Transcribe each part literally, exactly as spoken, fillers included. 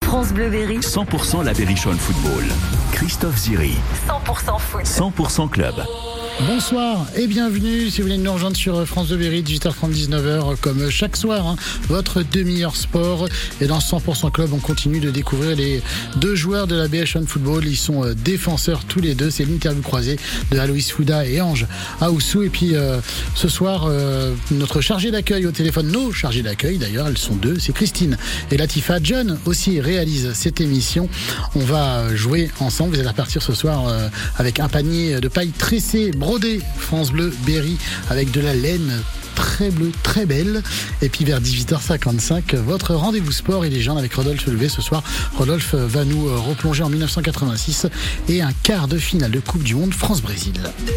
France Bleu Berry. cent pour cent la Berrichonne Football. Christophe Ziri. cent pour cent foot. cent pour cent club. Bonsoir et bienvenue si vous voulez nous rejoindre sur France Bleu Berry, dix-huit heures trente, dix-neuf heures, comme chaque soir, hein, votre demi-heure sport. Et dans cent pour cent club, on continue de découvrir les deux joueurs de la Berrichonne Football. Ils sont euh, défenseurs tous les deux. C'est l'interview croisée de Aloïs Fouda et Ange Aoussou. Et puis euh, ce soir, euh, notre chargé d'accueil au téléphone, nos chargés d'accueil d'ailleurs, elles sont deux, c'est Christine et Latifa. John aussi réalise cette émission. On va jouer ensemble. Vous allez repartir ce soir euh, avec un panier de paille tressée, brodé France Bleu Berry avec de la laine très bleue, très belle. Et puis vers dix-huit heures cinquante-cinq, votre rendez-vous sport et légende avec Rodolphe Levé. Ce soir, Rodolphe va nous replonger en dix-neuf cent quatre-vingt-six et un quart de finale de Coupe du Monde France-Brésil.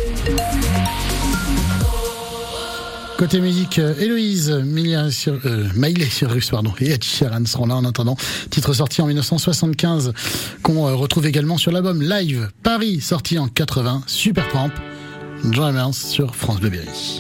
Côté musique, Héloïse euh, Maïlé sur Russe, pardon, et Ed Sheeran seront là en attendant. Titre sorti en dix-neuf cent soixante-quinze, qu'on euh, retrouve également sur l'album Live Paris, sorti en quatre-vingts, Supertramp, John Emmers sur France Bleu Berry.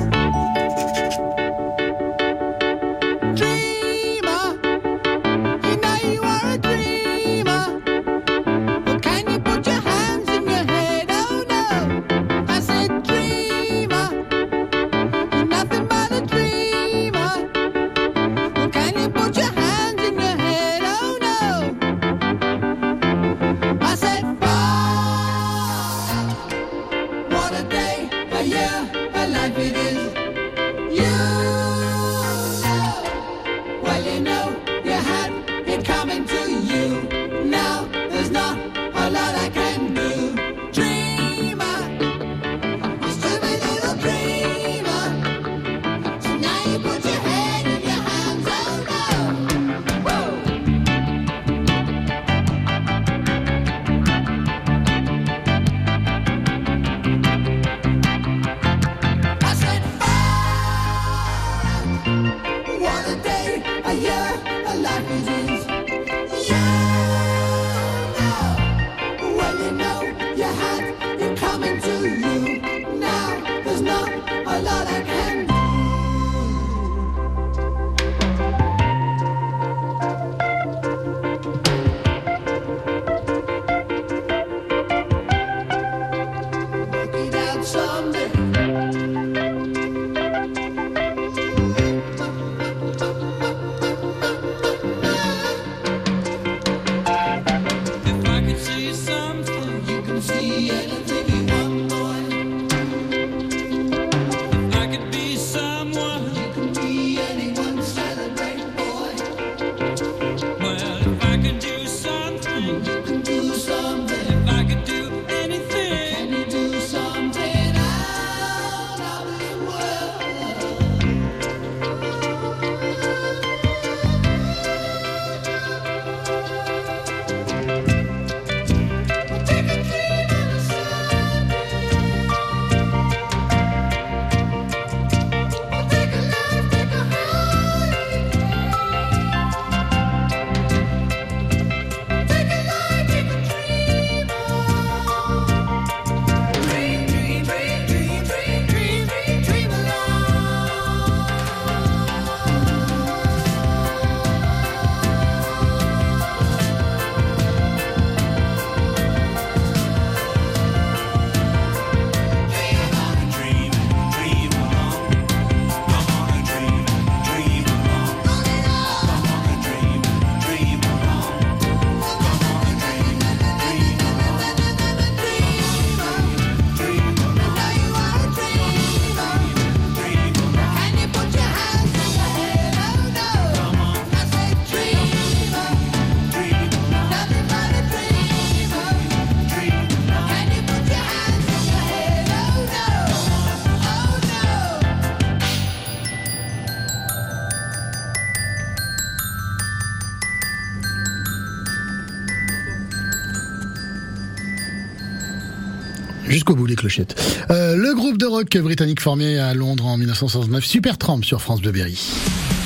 Jusqu'au bout, les clochettes. Euh, le groupe de rock britannique formé à Londres en dix-neuf cent soixante-neuf, Supertramp sur France Bleu Berry.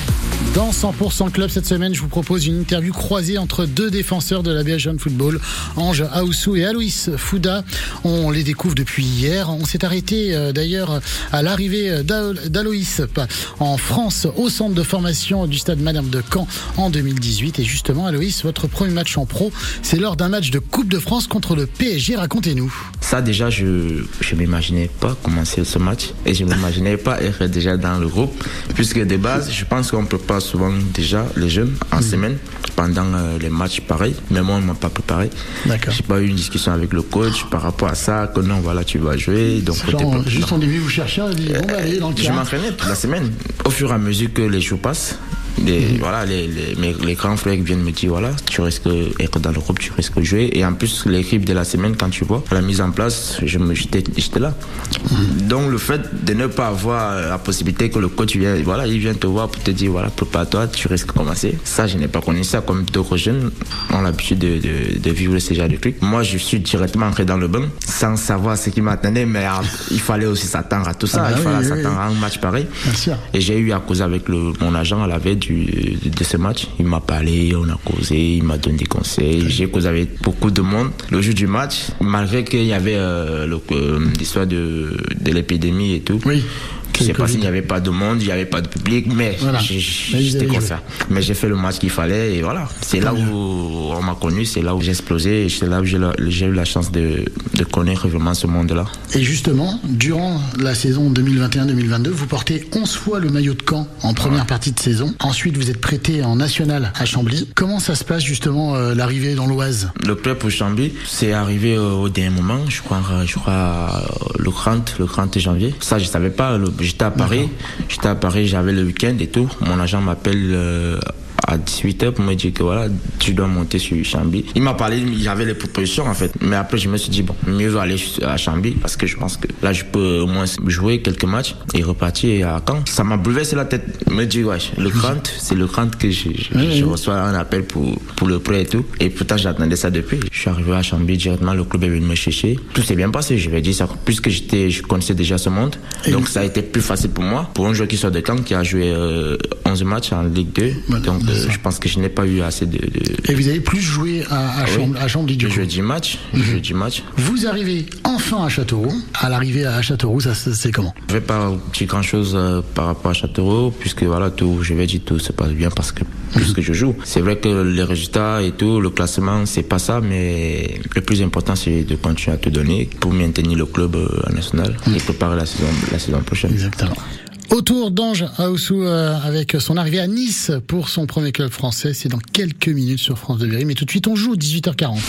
Dans cent pour cent Club cette semaine, je vous propose une interview croisée entre deux défenseurs de la B H Jeune Football, Ange Aoussou et Aloïs Fouda. On les découvre depuis hier. On s'est arrêté euh, d'ailleurs à l'arrivée d'Aloïs en France au centre de formation du stade Madame de Caen en deux mille dix-huit. Et justement, Aloïs, votre premier match en pro, c'est lors d'un match de Coupe de France contre le P S G. Racontez-nous. Ça déjà, je ne m'imaginais pas commencer ce match et je ne m'imaginais pas être déjà dans le groupe, puisque de base, je pense qu'on prépare souvent déjà les jeunes en mmh. semaine pendant euh, les matchs pareils, mais moi on ne m'a pas préparé. D'accord. J'ai pas eu une discussion avec le coach par rapport à ça, que non, voilà, tu vas jouer. Donc genre, pas... Juste en début, vous cherchez, on dit, bon, bah, allez, dans le je m'entraînais toute la semaine. Au fur et à mesure que les jours passent, Les, mmh. voilà, les, les, mes, les grands frères viennent me dire voilà, tu risques d'être dans le groupe, tu risques de jouer. Et en plus, l'équipe de la semaine, quand tu vois, la mise en place, je me, j'étais, j'étais là. Mmh. Donc, le fait de ne pas avoir la possibilité que le coach vienne, voilà, il vient te voir pour te dire voilà, prépare-toi, tu risques de commencer. Ça, je n'ai pas connu ça, comme d'autres jeunes ont l'habitude de, de, de vivre ce genre de trucs. Moi, je suis directement entré dans le bain sans savoir ce qui m'attendait, mais alors, il fallait aussi s'attendre à tout ça. Ah bah il fallait oui, s'attendre oui. à un match pareil. Et j'ai eu à causer avec le, mon agent à la veille du de ce match. Il m'a parlé, on a causé, il m'a donné des conseils. J'ai causé avec beaucoup de monde le jour du match, malgré qu'il y avait euh, le, euh, l'histoire de, de l'épidémie et tout. Oui. Je sais pas s'il n'y avait pas de monde, il n'y avait pas de public, mais voilà. j'étais comme ça. Mais j'ai fait le match qu'il fallait et voilà. C'est là où on m'a connu, c'est là où j'ai explosé et c'est là où j'ai, la, j'ai eu la chance de, de connaître vraiment ce monde-là. Et justement, durant la saison deux mille vingt et un deux mille vingt-deux, vous portez onze fois le maillot de Caen en première ouais. partie de saison. Ensuite, vous êtes prêté en national à Chambly. Comment ça se passe justement euh, l'arrivée dans l'Oise? Le prêt pour Chambly, c'est arrivé euh, au dernier moment, je crois, je crois euh, le trente, le trente janvier. Ça, je savais pas. Le, J'étais à Paris, j'étais à Paris, j'avais le week-end et tout. Mon agent m'appelle euh, à dix-huit heures pour me dire que voilà, tu dois monter sur Chambly. Il m'a parlé, il y avait les propositions en fait. Mais après, je me suis dit, bon, mieux vaut aller à Chambly parce que je pense que là, je peux au moins jouer quelques matchs et repartir à Caen. Ça m'a bouleversé la tête. Me dire, ouais, le trente, c'est le trente que je, je, oui, je reçois un appel pour, pour le prêt et tout. Et pourtant, j'attendais ça depuis. Je suis arrivé à Chambly directement, le club est venu me chercher. Tout s'est bien passé, je vais dire ça. Puisque j'étais, je connaissais déjà ce monde. Et donc, oui. ça a été plus facile pour moi. Pour un joueur qui sort de Caen, qui a joué euh, onze matchs en Ligue deux. Voilà, donc, euh, je pense que je n'ai pas eu assez de, de... Et vous avez plus joué à, à, oui. Chambly, à Chambly du coup. Je dis match, mm-hmm. je dis match. Vous arrivez enfin à Châteauroux. À l'arrivée à Châteauroux, ça c'est comment? Je ne vais pas dire grand chose euh, par rapport à Châteauroux, puisque voilà, tout, je vais dire tout se passe bien parce que plus mm-hmm. que je joue. C'est vrai que les résultats et tout, le classement, c'est pas ça, mais le plus important, c'est de continuer à te donner pour maintenir le club euh, national mm-hmm. et préparer la saison, la saison prochaine. Exactement. Autour d'Ange Aoussou euh, avec son arrivée à Nice pour son premier club français. C'est dans quelques minutes sur France Bleu Berry. Mais tout de suite, on joue dix-huit heures quarante.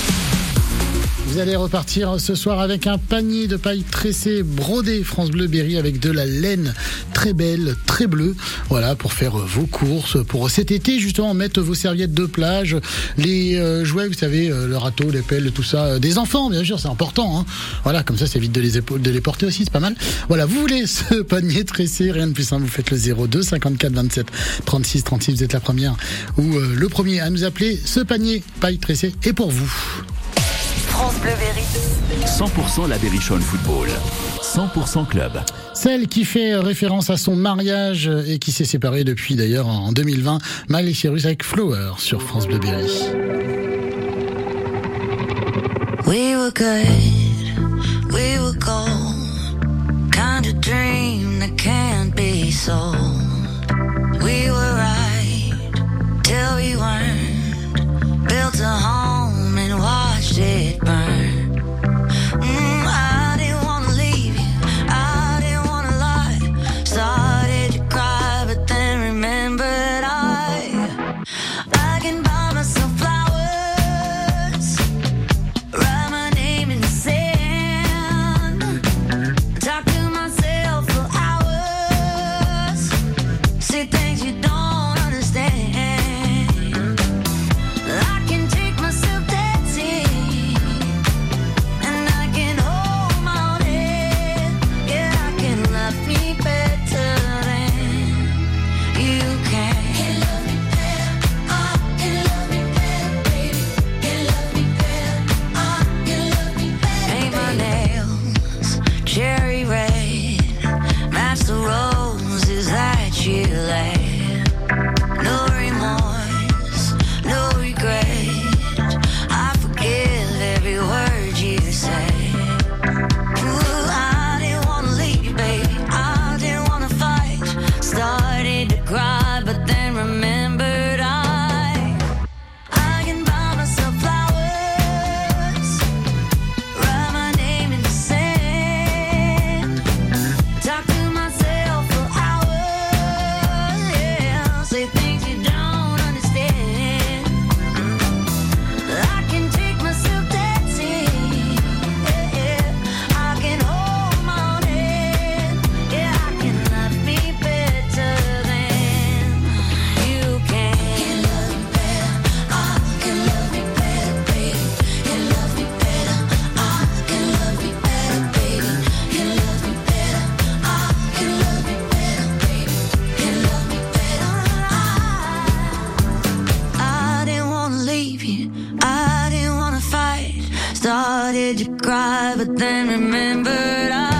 Vous allez repartir ce soir avec un panier de paille tressée brodé France Bleu Berry avec de la laine très belle, très bleue. Voilà, pour faire vos courses, pour cet été justement mettre vos serviettes de plage, les euh, jouets, vous savez, euh, le râteau, les pelles, tout ça, euh, des enfants bien sûr, c'est important. Hein. Voilà, comme ça, ça évite de les épaules, de les porter aussi, c'est pas mal. Voilà, vous voulez ce panier tressé, rien de plus simple, vous faites le zéro deux cinquante-quatre vingt-sept trente-six trente-six, vous êtes la première ou euh, le premier à nous appeler. Ce panier paille tressé est pour vous. France Bleu Berry. cent pour cent la Berrichonne Football. cent pour cent Club. Celle qui fait référence à son mariage et qui s'est séparée depuis d'ailleurs en deux mille vingt. Miley Cyrus avec Flower sur France Bleu Berry. We were good, we were gold. Kind of dream that can't be sold. We were right till we weren't. Built a home and watched it burn. Mm, I didn't want to leave you, I didn't want to lie. Started to cry, but then remembered I I can buy myself flowers, write my name in the sand, talk to myself for hours, say things you don't made you cry, but then remembered I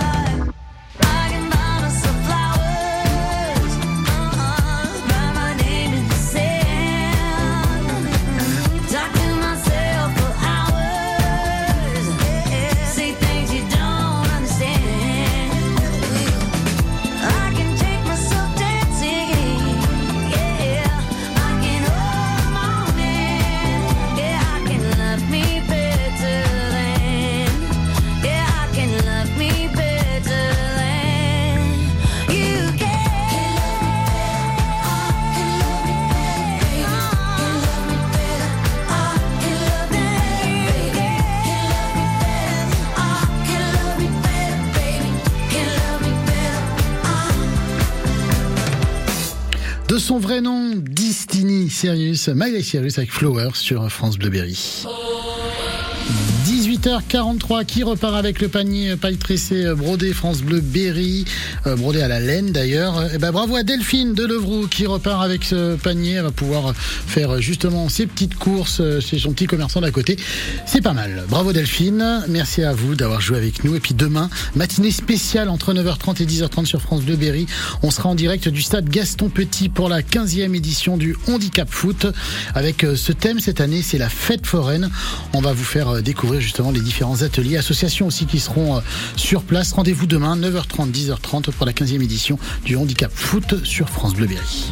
De son vrai nom, Destiny Sirius, Miley Cyrus avec Flowers sur France Bleu Berry. dix-huit heures quarante-trois, qui repart avec le panier paille tressé brodé France Bleu Berry, euh, brodé à la laine d'ailleurs. Et ben bravo à Delphine de Levroux qui repart avec ce panier. Elle va pouvoir faire justement ses petites courses chez son petit commerçant d'à côté. C'est pas mal. Bravo Delphine. Merci à vous d'avoir joué avec nous. Et puis demain, matinée spéciale entre neuf heures trente et dix heures trente sur France Bleu Berry. On sera en direct du stade Gaston Petit pour la quinzième édition du Handicap Foot. Avec ce thème cette année, c'est la fête foraine. On va vous faire découvrir justement les différents ateliers, associations aussi qui seront sur place. Rendez-vous demain, neuf heures trente, dix heures trente pour la quinzième édition du Handicap Foot sur France Bleu Berry.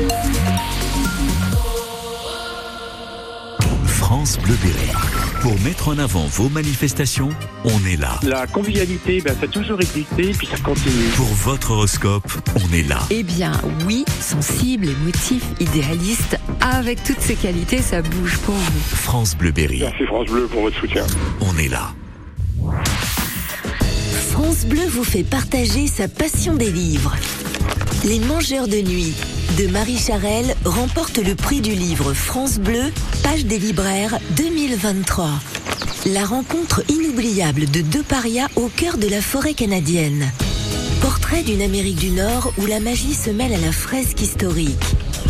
France Bleu Berry. Pour mettre en avant vos manifestations, on est là. La convivialité, ben, ça a toujours existé, puis ça continue. Pour votre horoscope, on est là. Eh bien, oui, sensible, émotif, idéaliste, avec toutes ces qualités, ça bouge pour vous. France Bleu Berry. Merci France Bleu pour votre soutien. On est là. France Bleu vous fait partager sa passion des livres. Les Mangeurs de nuit de Marie Charelle remporte le prix du livre France Bleu, page des libraires deux mille vingt-trois. La rencontre inoubliable de deux parias au cœur de la forêt canadienne. Portrait d'une Amérique du Nord où la magie se mêle à la fresque historique.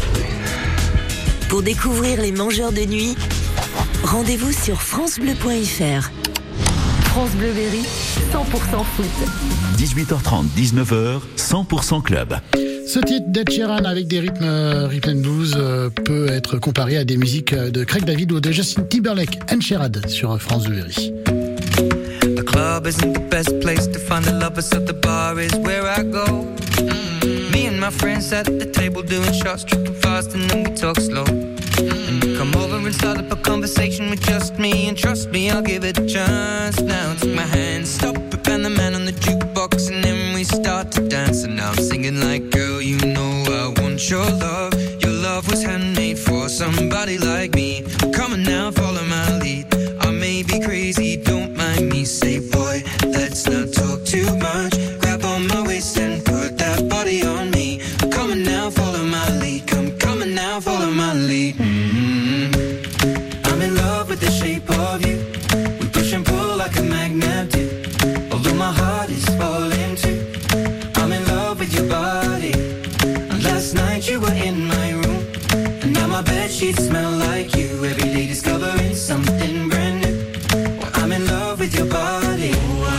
Pour découvrir les Mangeurs de nuit, rendez-vous sur francebleu point f r. France Bleu Berry, cent pour cent foot. dix-huit heures trente, dix-neuf heures, cent pour cent club. Ce titre d'Ed Sheeran avec des rythmes euh, rhythm and blues euh, peut être comparé à des musiques de Craig David ou de Justin Timberlake and Sherrod sur France Bleu Berry. The club isn't the best place to find the lovers, so the bar is where I go. Mm-hmm. Me and my friends at the table doing shots, tripping fast and then we talk slow. And you come over and start up a conversation with just me, and trust me, I'll give it a chance. Now take my hand, stop it, and the man on the jukebox, and then we start to dance. And now I'm singing like, girl, you know I want your love. Your love was handmade for somebody like me. Come on now, follow my lead. I may be crazy, don't mind me. Say, boy, let's not talk too much. Grab on my waist and put that body on me. Come on now, follow my lead. Come, come on now, follow my lead. Mm-hmm. I'm in love with the shape of you. We push and pull like a magnet do. Although my heart is falling too. I'm in love with your body. And last night you were in my room, and now my bedsheets smell like you. Every day discovering something brand new. Well, I'm in love with your body.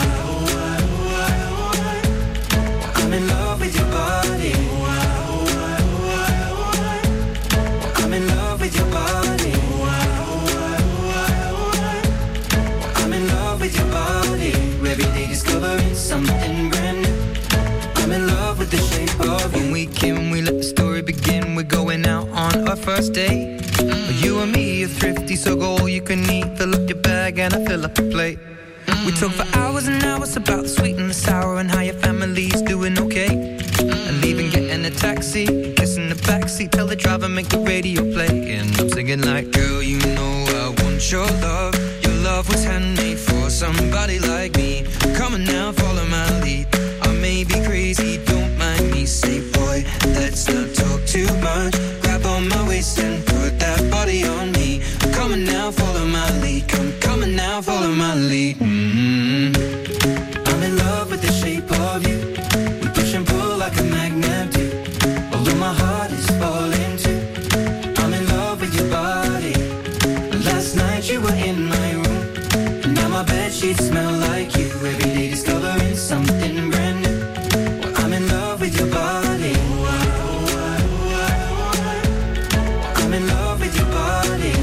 I'm in love with your body. I'm in love with your body. I'm in love with your body. Every day discovering something brand new. I'm in love with the shape of you. When we came, we let the story begin. We're going out on our first date. Mm. You and me are thrifty, so go all you can eat. Fill up your bag and I fill up the plate. Mm. We talk for hours and hours about the sweet and the sour and how your family's doing okay. Mm. And leaving, getting a taxi, kissing the backseat, tell the driver make the radio play. And I'm singing like, girl, you know I want your love. Your love was handmade for somebody like me. Come on now, follow my lead. I may be crazy, don't mind me. Say, boy, let's not talk too much. Grab on my waist and put that body on me. Come on now, follow my lead. Come, come on now, follow my lead. Mm-hmm. I'm in love with the shape of you. We push and pull like a magnet do. Although my heart is falling too. I'm in love with your body. Last night you were in my room, and now my bed sheets smell like you. Every day discovering something brand new. Well, I'm in love with your body. I'm in love with your body.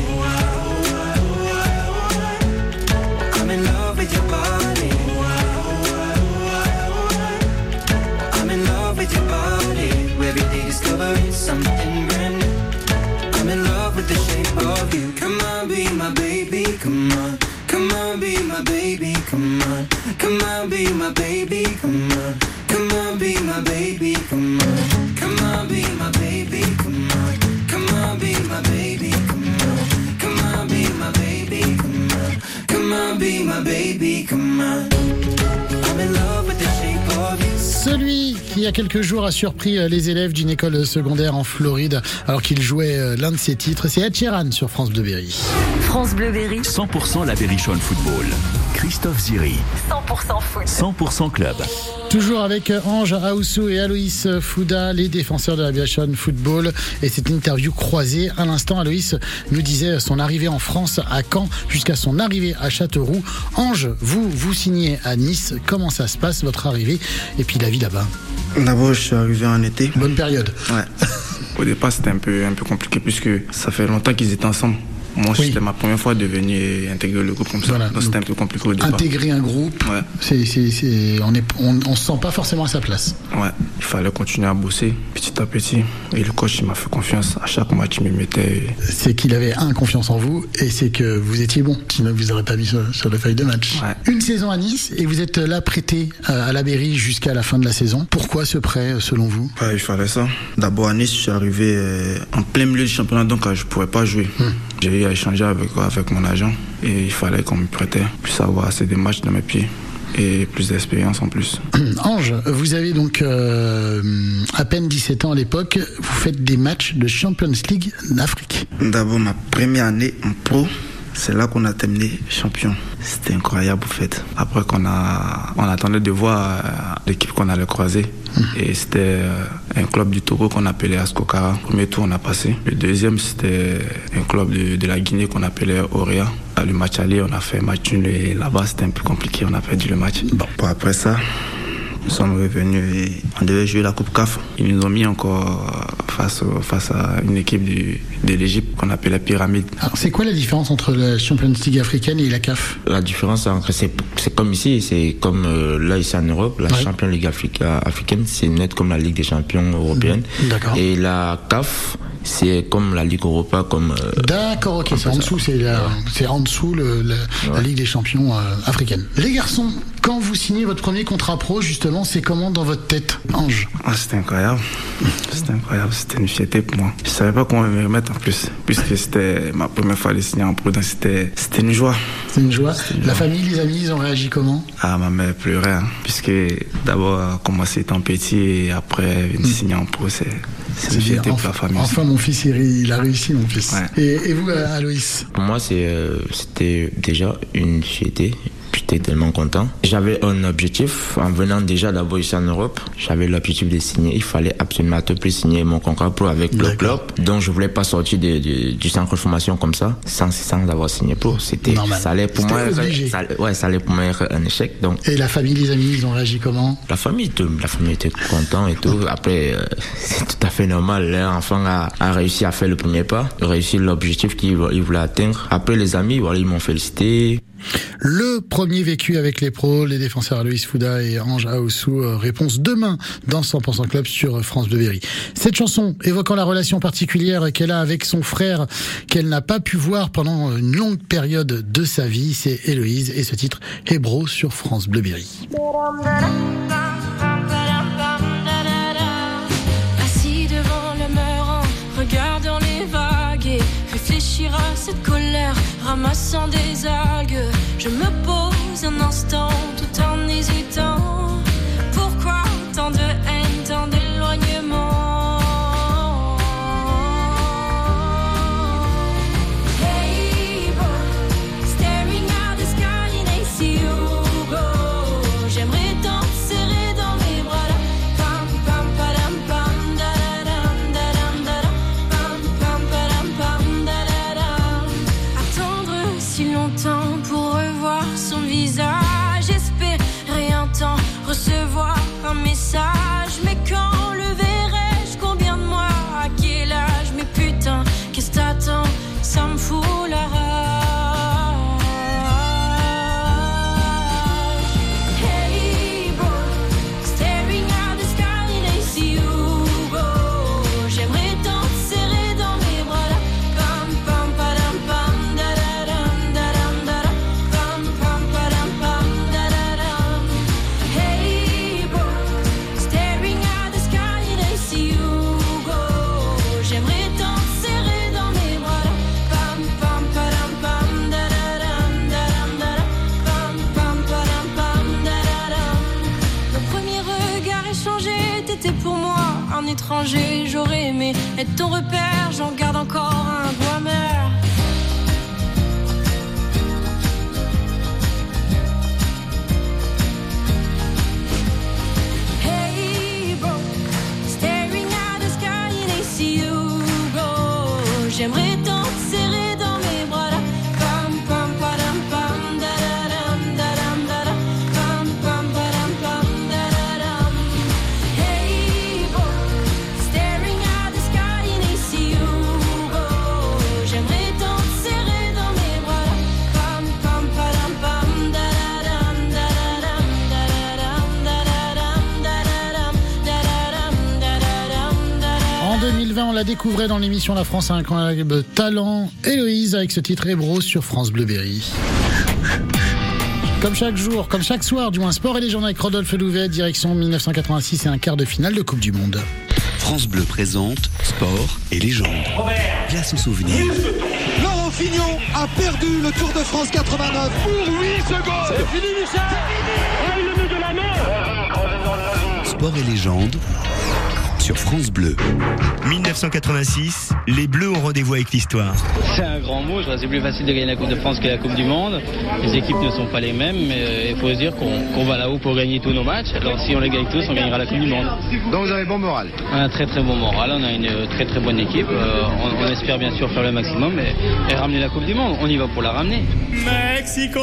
I'm in love with your body. I'm in love with your body. Every day discovering something brand new. I'm in love with the shape of you. Come on, be my baby, come on. Come on, be my baby, come on. Come on, be my baby, come on. Come on, be my baby, come on. Come on, be my baby, come on. Come on, be my baby, come on. Come on, be my baby, come on. Come on, be my baby, come on. I'm in love with the shape of you. Celui qui, il y a quelques jours, a surpris les élèves d'une école secondaire en Floride alors qu'il jouait l'un de ses titres, c'est Ed Sheeran sur France Bleu Berry. France Bleu Berry. cent pour cent la Berrichon Football. Christophe Ziri. cent pour cent foot. cent pour cent club. Toujours avec Ange Aoussou et Aloïs Fouda, les défenseurs de la Berrichon Football. Et cette interview croisée, à l'instant, Aloïs nous disait son arrivée en France à Caen jusqu'à son arrivée à Châteauroux. Ange, vous, vous signez à Nice. Comment ça se passe, votre arrivée et puis la vie là-bas? D'abord, je suis arrivé en été. Bonne période. Ouais. Au départ, c'était un peu, un peu compliqué puisque ça fait longtemps qu'ils étaient ensemble. Moi, oui. C'était ma première fois de venir intégrer le groupe comme ça. Voilà. Donc, c'était un peu compliqué au départ. Intégrer un groupe, ouais. c'est, c'est, c'est, on ne on, on se sent pas forcément à sa place. Ouais, il fallait continuer à bosser petit à petit. Et le coach, il m'a fait confiance. À chaque match, il me mettait. C'est qu'il avait, un, confiance en vous, et c'est que vous étiez bon. Sinon, vous n'aurez pas mis sur, sur le feuille de match. Ouais. Une saison à Nice, et vous êtes là prêté à la Berry jusqu'à la fin de la saison. Pourquoi ce prêt, selon vous? Ouais, il fallait ça. D'abord, à Nice, je suis arrivé en plein milieu du championnat, donc je ne pourrais pas jouer. Hum. J'ai eu à échanger avec, avec mon agent et il fallait qu'on me prêtait, plus avoir assez de matchs dans mes pieds et plus d'expérience en plus. Ange, vous avez donc euh, à peine dix-sept ans à l'époque, vous faites des matchs de Champions League d'Afrique. D'abord, ma première année en pro, c'est là qu'on a terminé champion. C'était incroyable en fait. Après qu'on a, on attendait de voir euh, l'équipe qu'on allait croiser. Mmh. Et c'était euh, un club du Togo qu'on appelait Ascokara. Le premier tour on a passé. Le deuxième c'était un club de, de la Guinée qu'on appelait Orea. Le match aller, on a fait match nul et là-bas c'était un peu compliqué. On a perdu le match. Bon, bon après ça, nous sommes revenus et on devait jouer la Coupe C A F. Ils nous ont mis encore face, face à une équipe du, de l'Égypte qu'on appelle la Pyramide. Alors c'est quoi la différence entre la Champions League africaine et la C A F? La différence, c'est, c'est comme ici, c'est comme euh, là ici en Europe, la ouais. Champions League Africa, africaine, c'est net comme la Ligue des champions européenne. D'accord. Et la C A F, c'est comme la Ligue Europa, comme. Euh, D'accord, ok, c'est en dessous, c'est, la, ouais. c'est en dessous le, le, ouais. la Ligue des champions euh, africaine. Les garçons, quand vous signez votre premier contrat pro, justement, c'est comment dans votre tête, Ange? Ah, c'était incroyable. C'était incroyable, c'était une fierté pour moi. Je savais pas comment me remettre en plus, puisque c'était ma première fois de signer en pro, donc c'était, c'était une joie. C'est une joie. C'était une la joie. Famille, les amis, ils ont réagi comment? Ah, ma mère pleurait, hein, puisque d'abord, commencer étant petit et après venir mmh. signer en pro, c'est. C'est une fierté pour la famille. Enfin, mon fils, il a réussi, mon fils. Ouais. Et, et vous, Aloïs? Pour moi, c'est, euh, c'était déjà une fierté. J'étais tellement content. J'avais un objectif en venant déjà d'abord ici en Europe. J'avais l'objectif de signer. Il fallait absolument à tout prix signer mon contrat pro avec le club. Donc je voulais pas sortir de, de, du centre de formation comme ça sans, sans avoir signé pro. C'était, ça allait pour moi, ça, ouais, ça allait pour moi être un échec. Donc. Et la famille, les amis, ils ont réagi comment? La famille, la famille était contente et tout. Après, euh, c'est tout à fait normal. L'enfant a, a réussi à faire le premier pas, réussi l'objectif qu'il il voulait atteindre. Après, les amis, voilà, ils m'ont félicité. Le premier vécu avec les pros, les défenseurs Aloïs Fouda et Ange Aoussou, euh, réponse demain dans cent pour cent Club sur France Bleu Berry. Cette chanson évoquant la relation particulière qu'elle a avec son frère, qu'elle n'a pas pu voir pendant une longue période de sa vie, c'est Héloïse et ce titre Hébro sur France Bleu Berry. Assis devant le mur en regardant les vagues et réfléchir à cette colère, ramassant des algues, je me pose un instant tout en hésitant. Pourquoi tant de haine, tant d'éloignement? Hey bro, staring at the sky and I see you go. J'aimerais t'en serrer dans mes bras là. Pam pam padam pam da da dam da dam da dam. Pam pam padam pam da da dam. Attendre si longtemps pour revoir son visage. Espérer un temps, recevoir un message. Mais quand le verrai-je, combien de mois, à quel âge? Mais putain, qu'est-ce t'attends? Ça me fout la rage. Hey bro, staring at the sky and I see you go. J'aimerais tant te serrer dans mes bras là. Pam pam padam pam da da dam da dam da da. Pam pam padam pam da da dam. Hey bro, staring at the sky and I see you go. J'aimerais tant te serrer dans mes bras là. Pam pam padam pam da da dam da dam da da. Pam pam padam pam da da dam. Le premier regard échangé, t'étais pour moi un étranger. J'aurais aimé être ton repère, j'en garde encore un goût amer. Hey bro, staring at the sky and I see you go. J'aimerais tant te serrer dans mes bras là. Pam pam padam pam da da dam da dam da da. Pam pam padam pam da da dam. Hey bro, staring at the sky and I see you go. J'aimerais tant te serrer dans mes bras là. Pam pam padam pam da da dam da da dam da da dam da da dam da da dam da da dam da da dam da da. En deux mille vingt, on la découvrait dans l'émission La France a un incroyable talent. Héloïse avec ce titre Hébro sur France Bleu Berry. Comme chaque jour, comme chaque soir, du moins sport et légendes avec Rodolphe Louvet, direction mille neuf cent quatre-vingt-six et un quart de finale de Coupe du Monde. France Bleu présente Sport et légendes. Place aux souvenirs. Laurent Fignon a perdu le Tour de France quatre-vingt-neuf pour huit secondes. C'est fini, Michel. Ah, il le met de la main. Sport et légendes sur France Bleu. mille neuf cent quatre-vingt-six, les Bleus ont rendez-vous avec l'histoire. C'est un grand mot, je crois que c'est plus facile de gagner la Coupe de France que la Coupe du Monde. Les équipes ne sont pas les mêmes, mais il faut se dire qu'on, qu'on va là-haut pour gagner tous nos matchs. Alors si on les gagne tous, on gagnera la Coupe du Monde. Donc vous avez bon moral? On a un très très bon moral, on a une très très bonne équipe. Euh, on, on espère bien sûr faire le maximum et, et ramener la Coupe du Monde. On y va pour la ramener. Mexico,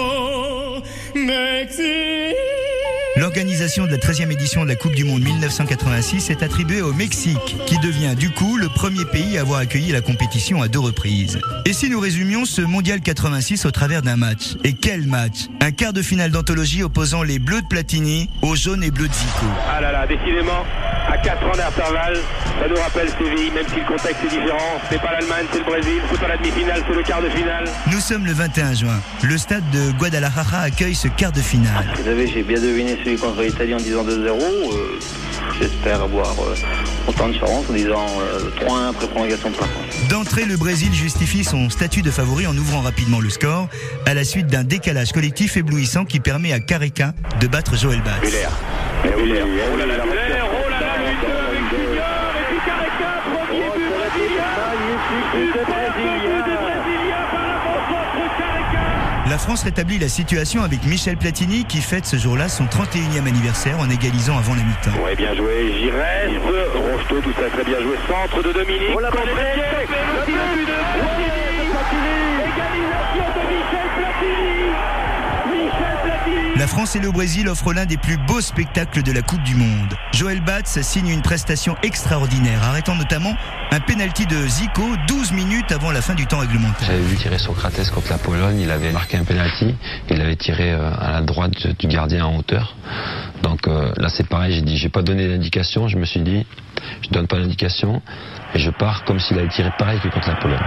Mexico. L'organisation de la treizième édition de la Coupe du Monde mille neuf cent quatre-vingt-six est attribuée au Mexique, qui devient du coup le premier pays à avoir accueilli la compétition à deux reprises. Et si nous résumions ce mondial quatre-vingt-six au travers d'un match? Et quel match? Un quart de finale d'anthologie opposant les Bleus de Platini aux jaunes et bleus de Zico. Ah là là, décidément, à quatre ans d'intervalle, ça nous rappelle Séville, même si le contexte est différent. C'est pas l'Allemagne, c'est le Brésil, c'est pas la demi-finale, c'est le quart de finale. Nous sommes le vingt et un juin. Le stade de Guadalajara accueille ce quart de finale. Vous savez, j'ai bien deviné celui contre l'Italie en disant deux zéro. Euh, j'espère avoir euh, autant de chance en disant euh, trois un après prolongation de plafond. D'entrée, le Brésil justifie son statut de favori en ouvrant rapidement le score à la suite d'un décalage collectif éblouissant qui permet à Careca de battre Joël Batz. Muller. Muller. Oh là là, Muller. Oh là là, but avec Junior et puis Careca, premier but brésilien. But de Brésilien par la contre Careca. La France rétablit la situation avec Michel Platini qui fête ce jour-là son trente et unième anniversaire en égalisant avant la mi-temps. Ouais, bien joué, j'y reste. Rocheteau, tout ça très bien joué. Centre de Dominique. Oh la contrée. Le but de Platini. Égalisation de Michel Platini. Michel Platini. La France et le Brésil offrent l'un des plus beaux spectacles de la Coupe du Monde. Joël Batz signe une prestation extraordinaire, arrêtant notamment un pénalty de Zico douze minutes avant la fin du temps réglementaire. J'avais vu tirer Socrates contre la Pologne, il avait marqué un pénalty, il avait tiré à la droite du gardien en hauteur. Donc euh, là c'est pareil, j'ai dit, j'ai pas donné d'indication, je me suis dit, je donne pas d'indication et je pars comme s'il avait tiré pareil que contre la Pologne.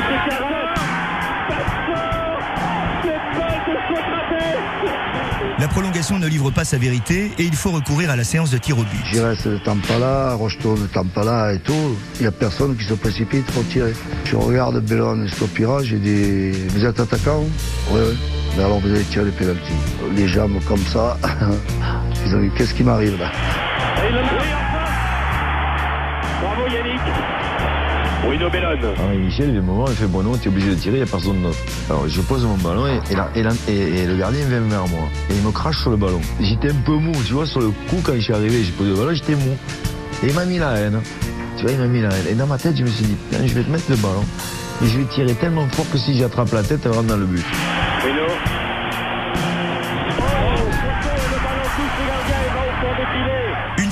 La prolongation ne livre pas sa vérité et il faut recourir à la séance de tir au but. Giresse ne tente pas là, Rocheteau ne tente pas là et tout. Il n'y a personne qui se précipite pour tirer. Je regarde Bellon et Stopira, j'ai dit, vous êtes attaquant? Oui, oui. Mais alors vous allez tirer les pénaltys. Les jambes comme ça, ils ont dit, qu'est-ce qui m'arrive là? Et le bruit enfin. Bravo Yannick. Bruno Bellon. Ah, Michel, il moment, il fait bon, non, t'es obligé de tirer, il n'y a personne d'autre. Alors je pose mon ballon et, et, la, et, la, et, et le gardien vient vers moi. Et il me crache sur le ballon. J'étais un peu mou, tu vois, sur le coup, quand je suis arrivé, j'ai posé le ballon, j'étais mou. Et il m'a mis la haine. Tu vois, il m'a mis la haine. Et dans ma tête, je me suis dit, je vais te mettre le ballon. Et je vais tirer tellement fort que si j'attrape la tête, elle rentre dans le but. Bruno.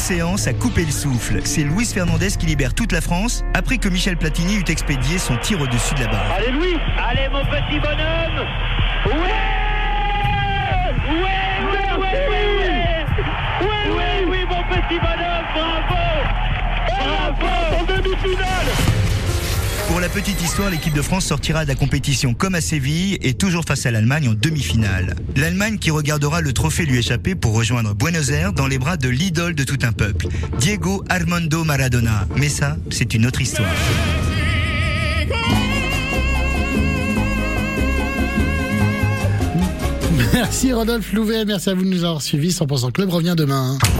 séance a coupé le souffle. C'est Luis Fernandez qui libère toute la France après que Michel Platini eut expédié son tir au-dessus de la barre. Allez Louis, allez mon petit bonhomme. Ouais, ouais, ouais, ouais, ouais, ouais, ouais, oui mon petit bonhomme, bravo, bravo, en demi-finale. Pour la petite histoire, l'équipe de France sortira de la compétition comme à Séville et toujours face à l'Allemagne en demi-finale. L'Allemagne qui regardera le trophée lui échapper pour rejoindre Buenos Aires dans les bras de l'idole de tout un peuple, Diego Armando Maradona. Mais ça, c'est une autre histoire. Merci Rodolphe Louvet, merci à vous de nous avoir suivis. cent pour cent Club revient demain.